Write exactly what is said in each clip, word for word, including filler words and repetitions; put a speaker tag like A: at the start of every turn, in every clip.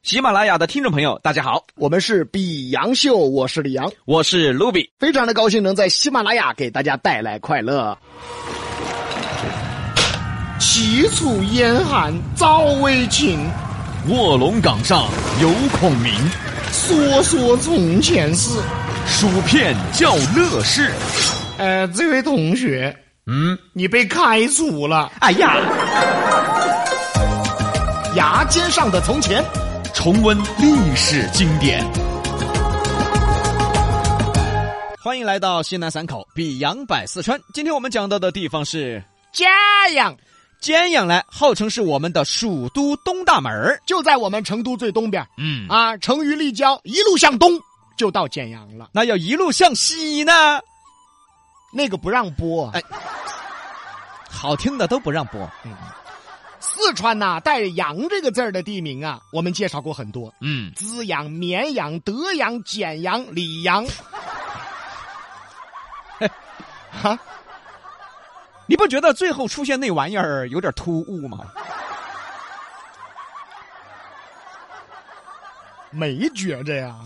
A: 喜马拉雅的听众朋友大家好，
B: 我们是比洋秀，我是李阳，
A: 我是卢比，
B: 非常的高兴能在喜马拉雅给大家带来快乐。齐楚燕韩早为秦，
A: 卧龙岗上有孔明，
B: 说说从前事，
A: 薯片叫乐事。
B: 呃，这位同学，
A: 嗯，
B: 你被开除了。
A: 哎呀，
B: 牙尖上的从前，
A: 重温历史经典。欢迎来到西南三口比洋百四川。今天我们讲到的地方是
B: 嘉阳。
A: 简阳呢，号称是我们的蜀都东大门，
B: 就在我们成都最东边。
A: 嗯
B: 啊，成渝立交一路向东就到简阳了。
A: 那要一路向西呢？
B: 那个不让播。
A: 哎，好听的都不让播。
B: 嗯，四川呐、啊，带阳这个字儿的地名啊，我们介绍过很多。
A: 嗯，
B: 资阳、绵阳、德阳、简阳、溧阳。
A: 哈。你不觉得最后出现那玩意儿有点突兀吗？
B: 没觉着呀。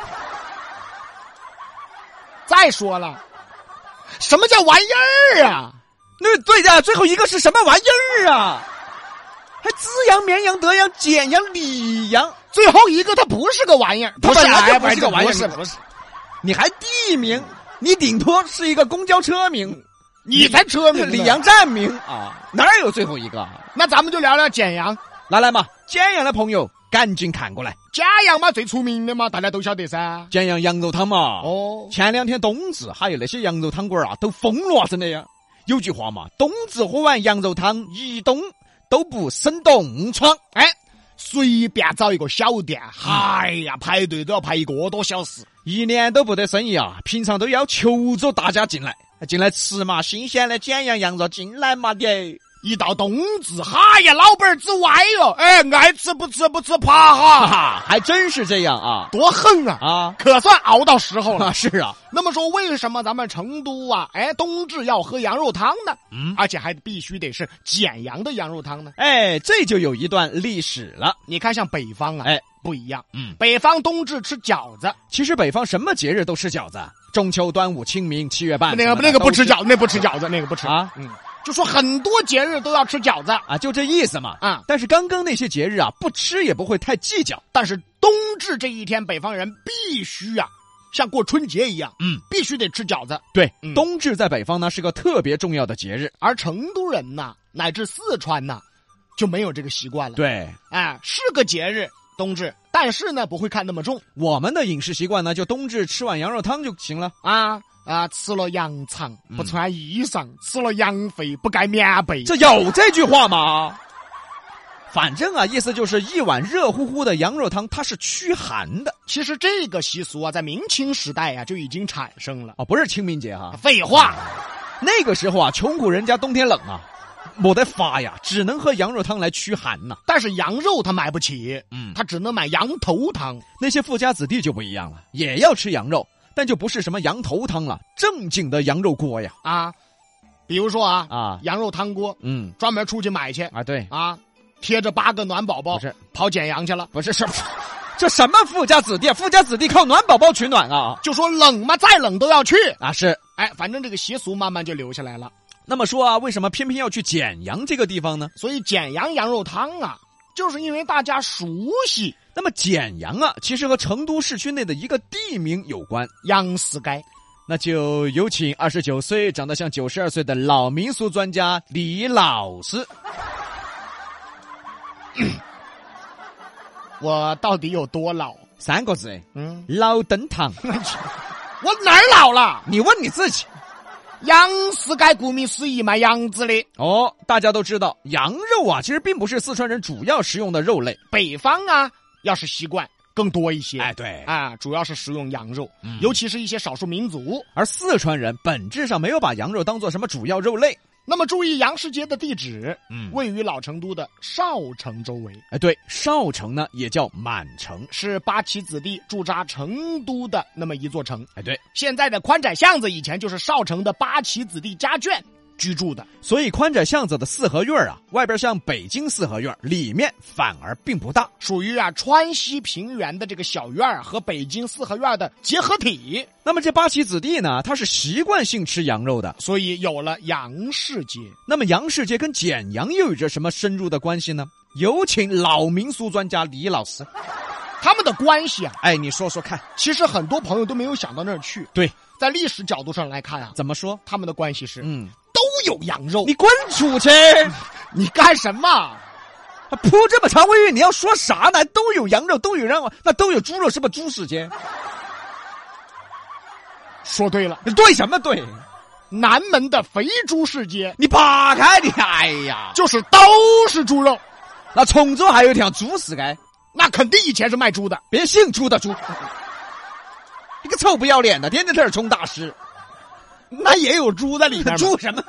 B: 再说了，什么叫玩意儿啊？
A: 那对的，最后一个是什么玩意儿啊？还资阳、绵阳、德阳、简阳、溧阳，
B: 最后一个它不是个玩意儿，
A: 它本来就不是个玩意儿，
B: 不是不是。
A: 你还地名，你顶多是一个公交车名。
B: 你才车名，
A: 溧阳站名啊，哪有最后一个？
B: 那咱们就聊聊简阳。
A: 来来嘛，简阳的朋友赶紧看过来。
B: 嘉阳嘛，最出名的嘛，大家都晓得噻。
A: 简阳羊肉汤嘛，
B: 哦，
A: 前两天冬至，还有那些羊肉汤馆啊，都疯了，真的呀。有句话嘛，冬至喝完羊肉汤，一冬都不生冻疮。
B: 哎，随便找一个小店，哎呀，排队都要排一个多小时，
A: 一年都不得生意啊。平常都要求着大家进来。进来吃嘛，新鲜的简阳羊肉进来嘛的。
B: 一到冬至，哈呀，老板儿之歪哟，哎，爱吃不吃不吃趴哈，
A: 哈哈，还真是这样啊，
B: 多横啊
A: 啊，
B: 可算熬到时候了。
A: 啊是啊，
B: 那么说，为什么咱们成都啊，哎，冬至要喝羊肉汤呢？
A: 嗯，
B: 而且还必须得是简阳的羊肉汤呢？
A: 哎，这就有一段历史了。
B: 你看，像北方啊，
A: 哎，
B: 不一样。
A: 嗯，
B: 北方冬至吃饺子，
A: 其实北方什么节日都吃饺子。中秋、端午、清明、七月半，
B: 那个那个不吃饺子，那不吃饺子，那个不吃
A: 啊。
B: 嗯，就说很多节日都要吃饺子
A: 啊，就这意思嘛。
B: 啊，
A: 但是刚刚那些节日啊，不吃也不会太计较。
B: 但是冬至这一天，北方人必须啊，像过春节一样，
A: 嗯，
B: 必须得吃饺子。
A: 对，
B: 嗯、
A: 冬至在北方呢是个特别重要的节日，
B: 而成都人呐，乃至四川呐，就没有这个习惯了。
A: 对，
B: 哎，是个节日。冬至，但是呢不会看那么重。
A: 我们的饮食习惯呢，就冬至吃碗羊肉汤就行了
B: 啊啊！吃了羊肠不穿衣裳，嗯、吃了羊肺不盖棉被，
A: 这有这句话吗？反正啊，意思就是一碗热乎乎的羊肉汤，它是驱寒的。
B: 其实这个习俗啊，在明清时代啊就已经产生了。
A: 哦，不是清明节哈、啊？
B: 废话，
A: 那个时候啊，穷苦人家冬天冷啊。没得法呀，只能喝羊肉汤来驱寒呐、啊。
B: 但是羊肉他买不起，
A: 嗯，
B: 他只能买羊头汤。
A: 那些富家子弟就不一样了，也要吃羊肉，但就不是什么羊头汤了，正经的羊肉锅呀。
B: 啊，比如说啊
A: 啊，
B: 羊肉汤锅，
A: 嗯，
B: 专门出去买去
A: 啊，对
B: 啊，贴着八个暖宝宝，
A: 不是
B: 跑简阳去了，
A: 不是是，这什么富家子弟？富家子弟靠暖宝宝取暖啊？
B: 就说冷嘛，再冷都要去
A: 啊，是，
B: 哎，反正这个习俗慢慢就留下来了。
A: 那么说啊，为什么偏偏要去简阳这个地方呢？
B: 所以简阳羊肉汤啊，就是因为大家熟悉。
A: 那么简阳啊，其实和成都市区内的一个地名有关，
B: 杨氏街。
A: 那就有请二十九岁、长得像九十二岁的老民俗专家李老师。
B: 我到底有多老？
A: 三个字，
B: 嗯，
A: 老登堂。
B: 我哪儿老了？
A: 你问你自己。
B: 杨氏街顾名思义卖羊子的
A: 哦，大家都知道羊肉啊，其实并不是四川人主要食用的肉类。
B: 北方啊，要是习惯更多一些。
A: 哎，对
B: 啊，主要是食用羊肉，
A: 嗯、
B: 尤其是一些少数民族。
A: 而四川人本质上没有把羊肉当做什么主要肉类。
B: 那么注意杨氏街的地址，
A: 嗯，
B: 位于老成都的少城周围。
A: 哎，对，少城呢也叫满城，
B: 是八旗子弟驻扎成都的那么一座城。
A: 哎，对，
B: 现在的宽窄巷子以前就是少城的八旗子弟家眷。 居住的。
A: 所以宽窄巷子的四合院啊，外边像北京四合院，里面反而并不大，
B: 属于啊川西平原的这个小院和北京四合院的结合体。
A: 那么这八旗子弟呢，他是习惯性吃羊肉的，
B: 所以有了杨氏街。
A: 那么杨氏街跟简阳又有着什么深入的关系呢？有请老民俗专家李老师。
B: 他们的关系啊，
A: 哎，你说说看。
B: 其实很多朋友都没有想到那儿去。
A: 对，
B: 在历史角度上来看啊，
A: 怎么说？
B: 他们的关系是，
A: 嗯，
B: 都有羊肉。
A: 你滚出去！
B: 你干什么？
A: 铺这么长位域，你要说啥呢？都有羊肉，都有羊肉，那都有猪肉，是不是猪世界？
B: 说对了。
A: 对什么对？
B: 南门的肥猪世界，
A: 你扒开你，哎呀，
B: 就是都是猪肉。
A: 那崇州还有一条猪世界，
B: 那肯定以前是卖猪的，
A: 别姓朱的猪。你个臭不要脸的，天天在这充大师，
B: 那也有猪在里面。
A: 猪什么？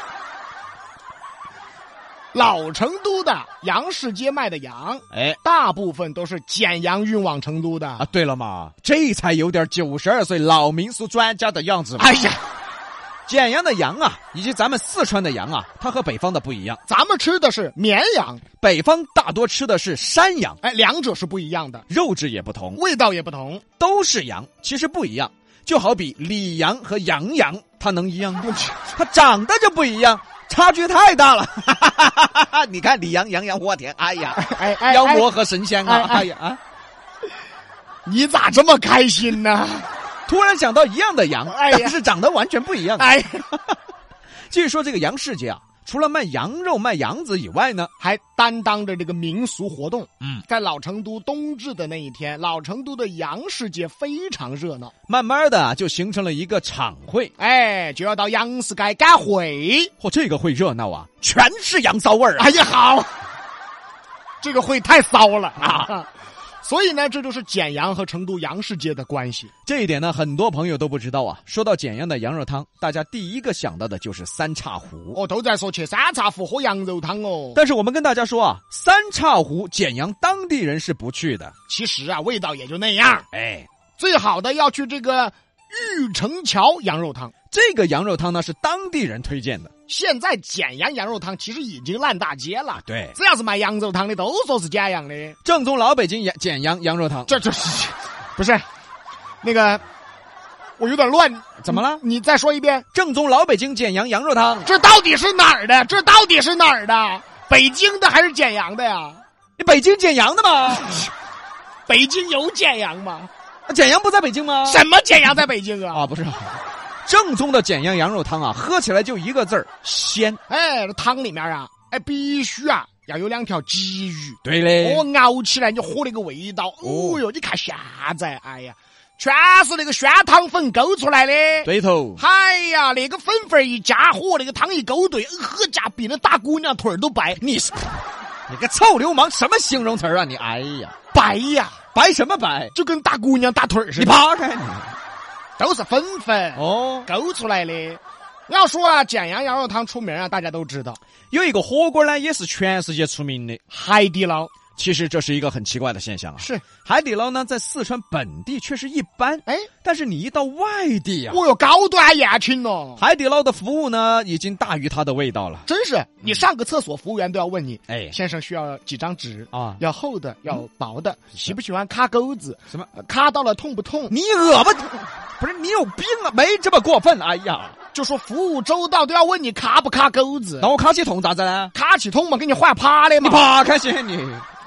B: 老成都的杨氏街卖的羊，
A: 哎，
B: 大部分都是简阳运往成都的
A: 啊。对了嘛，这才有点九十二岁老民俗专家的样子嘛。
B: 哎呀，
A: 简阳的羊啊，以及咱们四川的羊啊，它和北方的不一样。
B: 咱们吃的是绵羊，
A: 北方大多吃的是山羊。
B: 哎，两者是不一样的，
A: 肉质也不同，
B: 味道也不同，
A: 都是羊，其实不一样。就好比李阳和杨洋，它能一样吗？它长得就不一样，差距太大了。你看李阳、杨洋，我天，哎呀，
B: 哎哎，
A: 妖魔和神仙啊！哎, 哎呀啊！
B: 你咋这么开心呢？
A: 突然想到一样的羊，
B: 哎呀，
A: 但是长得完全不一样。
B: 哎，
A: 据说这个羊世界啊，除了卖羊肉、卖羊子以外呢，
B: 还担当着这个民俗活动。
A: 嗯，
B: 在老成都冬至的那一天，老成都的羊世界非常热闹，
A: 慢慢的就形成了一个场会。
B: 哎，就要到杨氏街赶会。
A: 嚯、哦，这个会热闹啊，全是羊骚味儿啊！
B: 哎呀，好，这个会太骚了啊！所以呢，这就是简阳和成都杨氏街的关系。
A: 这一点呢，很多朋友都不知道啊。说到简阳的羊肉汤，大家第一个想到的就是三岔湖。
B: 哦，都在说去三岔湖喝羊肉汤哦。
A: 但是我们跟大家说啊，三岔湖简阳当地人是不去的。
B: 其实啊，味道也就那样。
A: 哎，
B: 最好的要去这个玉城桥羊肉汤。
A: 这个羊肉汤呢，是当地人推荐的。
B: 现在简阳羊肉汤其实已经烂大街了，
A: 对，
B: 只要是卖羊肉汤的都说是简阳的，
A: 正宗老北京简阳羊肉汤。
B: 这这是不是那个？我有点乱，
A: 怎么了？
B: 你再说一遍。
A: 正宗老北京简阳羊肉汤，
B: 这到底是哪儿的？这到底是哪儿的？北京的还是简阳的呀？
A: 你北京简阳的吗？
B: 北京有简阳吗？
A: 简阳不在北京吗？
B: 什么简阳在北京啊？
A: 啊，不是。正宗的简阳羊肉汤啊，喝起来就一个字儿鲜。
B: 哎，这汤里面啊，哎，必须啊要有两条鲫鱼。
A: 对嘞，
B: 哦，熬起来你喝那个味道，哦哟，你看现在，哎呀，全是那个宣汤粉勾出来的。
A: 对头。
B: 哎呀，那个粉粉一加火，那个汤一勾兑，喝家比那大姑娘腿儿都白。
A: 你是你个臭流氓，什么形容词啊你？哎呀，
B: 白呀，
A: 白什么白？
B: 就跟大姑娘大腿似的。
A: 你扒开你。
B: 都是粉粉
A: 哦
B: 勾出来的。要说啊，简阳羊肉汤出名啊，大家都知道。
A: 有一个火锅呢，也是全世界出名的，
B: 海底捞。
A: 其实这是一个很奇怪的现象啊。
B: 是
A: 海底捞呢，在四川本地确实一般，
B: 哎，
A: 但是你一到外地啊，
B: 哦哟，高端宴请了。
A: 海底捞的服务呢，已经大于它的味道了。
B: 真是，你上个厕所，服务员都要问你，
A: 哎，
B: 先生需要几张纸
A: 啊？
B: 要厚的，要薄的，喜不喜欢卡钩子？
A: 什么？
B: 卡到了痛不痛？
A: 你恶吧？不是你有病啊？没这么过分。哎呀，
B: 就说服务周到都要问你卡不卡钩子。
A: 那我卡起痛咋子呢？
B: 卡起痛嘛，给你换趴的嘛。
A: 你趴开些你。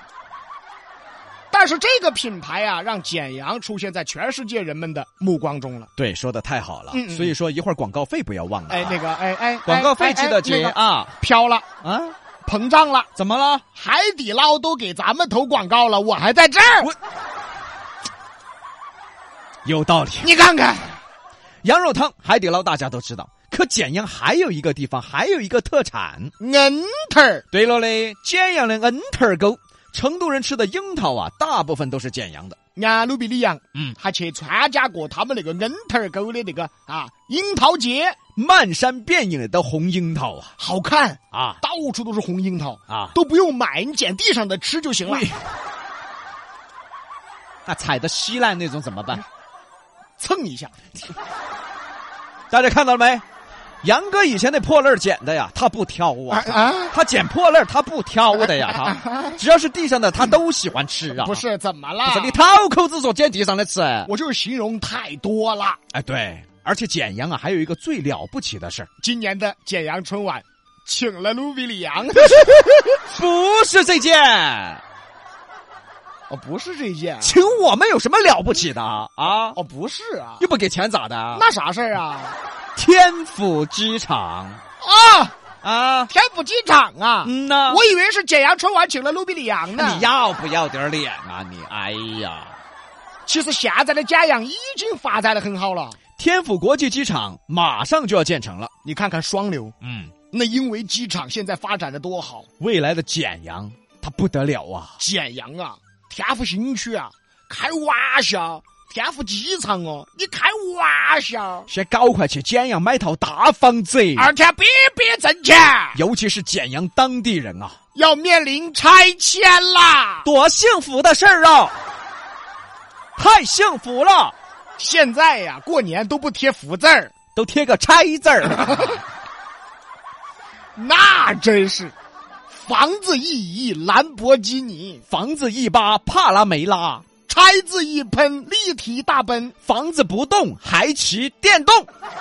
B: 但是这个品牌啊，让简阳出现在全世界人们的目光中了。
A: 对，说的太好了。
B: 嗯嗯
A: 所以说一会儿广告费不要忘了。
B: 哎，那个，哎哎，
A: 广告费记得结啊！
B: 飘了
A: 啊，
B: 膨胀了，
A: 怎么了？
B: 海底捞都给咱们投广告了，我还在这儿。
A: 我有道理。
B: 你看看，
A: 羊肉汤，海底捞大家都知道，可简阳还有一个地方，还有一个特产
B: 恩头儿。
A: 对了嘞，简阳的恩头儿沟。成都人吃的樱桃啊，大部分都是简阳的。
B: 俺努比里阳，
A: 嗯，
B: 还去参加过他们那个恩头儿沟的那个啊樱桃节，
A: 漫山遍野的红樱桃啊，
B: 好看
A: 啊，
B: 到处都是红樱桃
A: 啊，
B: 都不用买，你捡地上的吃就行了。
A: 那踩的稀烂那种怎么办？
B: 蹭一下。
A: 大家看到了没？ 杨哥以前那破烂捡的呀，他不挑啊，
B: 啊啊
A: 他捡破烂他不挑的呀，他只要是地上的他都喜欢吃啊。
B: 不是怎么了？
A: 不是你讨口子说捡地上的吃，
B: 我就是形容太多了。
A: 哎，对，而且简阳啊，还有一个最了不起的事儿，
B: 今年的简阳春晚请了卢比里昂，
A: 不是这件，
B: 哦，不是这件，
A: 请我们有什么了不起的啊？啊，
B: 哦，不是啊，
A: 又不给钱咋的？
B: 那啥事儿啊？
A: 天府机场
B: 啊
A: 啊，
B: 天府机场啊，
A: 嗯呐，
B: 我以为是简阳春晚请了卢比里昂呢。
A: 你要不要点脸啊你？哎呀，
B: 其实现在的简阳已经发展的很好了。
A: 天府国际机场马上就要建成了，
B: 你看看双流，
A: 嗯，
B: 那因为机场现在发展的多好，
A: 未来的简阳它不得了啊！
B: 简阳啊，天府新区啊，开玩笑，天府机场哦，你开玩笑，
A: 先赶快去简阳买套大房子，
B: 二天别别挣钱，
A: 尤其是简阳当地人啊，
B: 要面临拆迁啦，
A: 多幸福的事儿啊！太幸福了，
B: 现在呀，过年都不贴福字儿，
A: 都贴个拆字儿，
B: 那真是房子一移兰博基尼，
A: 房子一扒帕拉梅拉，
B: 拆字一喷立体大奔，
A: 房子不动还骑电动，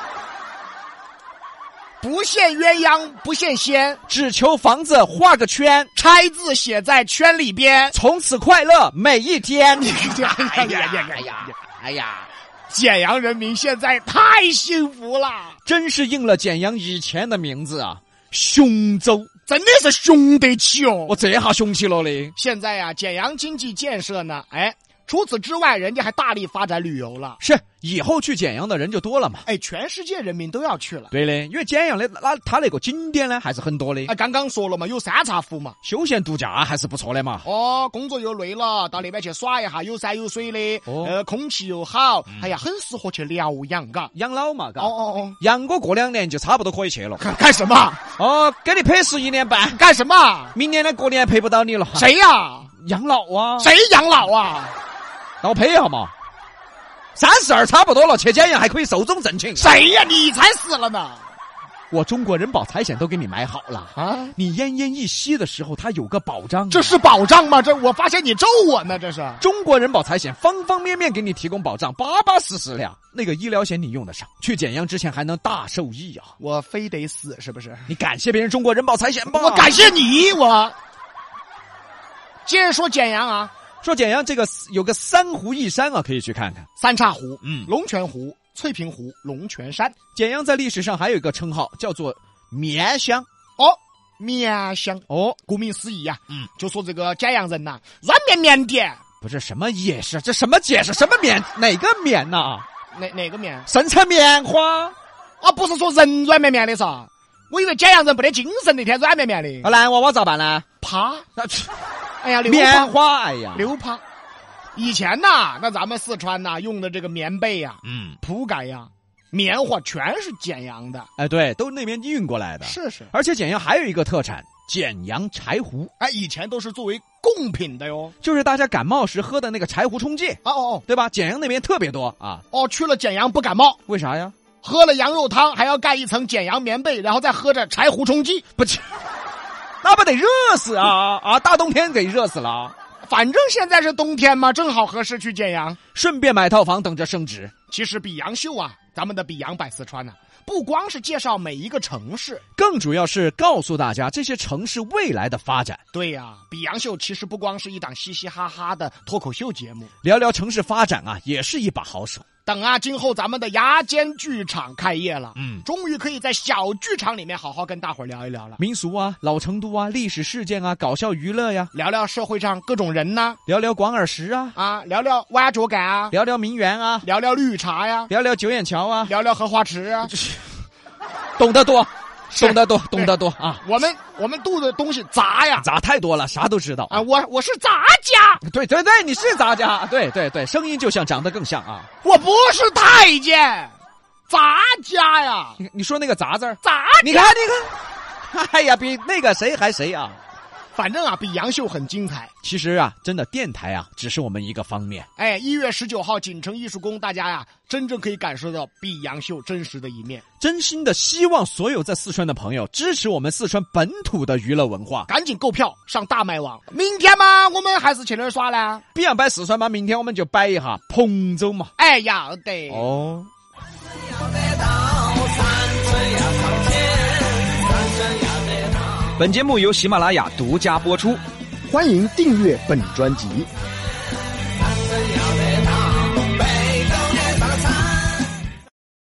B: 不羡鸳鸯不羡仙，
A: 只求房子画个圈，
B: 拆字写在圈里边，
A: 从此快乐每一天。
B: 哎呀呀呀呀！哎呀，简阳人民现在太幸福了，
A: 真是应了简阳以前的名字啊，雄州，
B: 真的是雄得起哦！
A: 我这下雄起了嘞。
B: 现在呀、啊，简阳经济建设呢，哎，除此之外，人家还大力发展旅游了。
A: 是，以后去简阳的人就多了嘛。
B: 哎，全世界人民都要去了。
A: 对的，因为简阳的那它那个景点呢还是很多的。
B: 哎，刚刚说了嘛，有三岔湖嘛，
A: 休闲度假还是不错的嘛。
B: 哦，工作又累了，到那边去耍一下，有山有水的，
A: 哦、
B: 呃，空气又好，嗯、哎呀，很适合去疗养，嘎，
A: 养老嘛，嘎。
B: 哦哦哦，
A: 杨哥过两年就差不多可以去了。
B: 干什么？
A: 哦，给你陪侍一年半。
B: 干什么？
A: 明年的过年陪不到你了。
B: 谁呀、啊？
A: 养老啊？
B: 谁养老啊？
A: 让我陪一下嘛。三十二差不多了，去简阳还可以寿终正寝。
B: 谁呀？你才死了呢！
A: 我中国人保财险都给你买好了
B: 啊！
A: 你奄奄一息的时候，它有个保障、啊。
B: 这是保障吗？这我发现你咒我呢，这是。
A: 中国人保财险方方面面给你提供保障，巴巴适适的。那个医疗险你用得上，去简阳之前还能大受益啊！
B: 我非得死是不是？
A: 你感谢别人中国人保财险吧。
B: 我感谢你，我。接着说简阳啊，
A: 说简阳这个有个三湖一山啊，可以去看看。
B: 三岔湖，
A: 嗯，
B: 龙泉湖、翠屏湖、龙泉山。
A: 简阳在历史上还有一个称号叫做绵乡
B: 哦，绵乡
A: 哦，
B: 顾名思义呀、啊，
A: 嗯，
B: 就说这个简阳人呐、啊，软绵绵的。
A: 不是什么也是，这什么解释？什么棉？哪个棉呐、啊？
B: 哪哪个棉？
A: 生产棉花
B: 啊，不是说人软绵绵的噻。我以为简阳人没得精神那天软绵绵的。
A: 啊，男娃娃咋办呢？
B: 趴。哎呀，
A: 棉花，哎呀，
B: 溜趴。以前呐，那咱们四川呐用的这个棉被呀、
A: 嗯，
B: 铺盖呀、棉花全是简阳的。
A: 哎，对，都那边运过来的。
B: 是是。
A: 而且简阳还有一个特产，简阳柴胡。
B: 哎，以前都是作为贡品的哟，
A: 就是大家感冒时喝的那个柴胡冲剂。
B: 哦哦哦，
A: 对吧？简阳那边特别多啊。
B: 哦，去了简阳不感冒，
A: 为啥呀？
B: 喝了羊肉汤还要盖一层简阳棉被，然后再喝着柴胡冲剂，
A: 不去，那不得热死啊啊！大冬天给热死了。
B: 反正现在是冬天嘛，正好合适去简阳，
A: 顺便买套房等着升值。
B: 其实比洋秀啊，咱们的比洋百四川呢、啊，不光是介绍每一个城市，
A: 更主要是告诉大家这些城市未来的发展。
B: 对呀、啊，比洋秀其实不光是一档嘻嘻哈哈的脱口秀节目，
A: 聊聊城市发展啊，也是一把好手。
B: 等啊，今后咱们的牙尖剧场开业了，
A: 嗯，
B: 终于可以在小剧场里面好好跟大伙儿聊一聊了。
A: 民俗啊，老成都啊，历史事件啊，搞笑娱乐呀，
B: 聊聊社会上各种人呐、啊，
A: 聊聊广耳石啊，
B: 啊，聊聊挖脚杆啊，
A: 聊聊名园啊，
B: 聊聊绿茶呀，
A: 聊聊九眼桥啊，
B: 聊聊荷花池啊，
A: 懂得多。懂得多，懂得多啊！
B: 我们我们肚子东西杂呀，
A: 杂太多了，啥都知道
B: 啊！我我是杂家，
A: 对对对，你是杂家，对对对，声音就像，长得更像啊！
B: 我不是太监，杂家呀！
A: 你你说那个杂字儿，
B: 杂，
A: 你看你看，哎呀，比那个谁还谁啊！
B: 反正啊，比洋秀很精彩。
A: 其实啊，真的电台啊，只是我们一个方面。
B: 哎，一月十九号锦城艺术宫，大家呀，真正可以感受到比洋秀真实的一面。
A: 真心的希望所有在四川的朋友支持我们四川本土的娱乐文化，
B: 赶紧购票上大麦网。明天嘛，我们还是去哪儿耍呢？
A: 比洋摆四川嘛，明天我们就摆一下彭州嘛。
B: 哎，要得
A: 哦。
C: 本节目由喜马拉雅独家播出，
B: 欢迎订阅本专辑。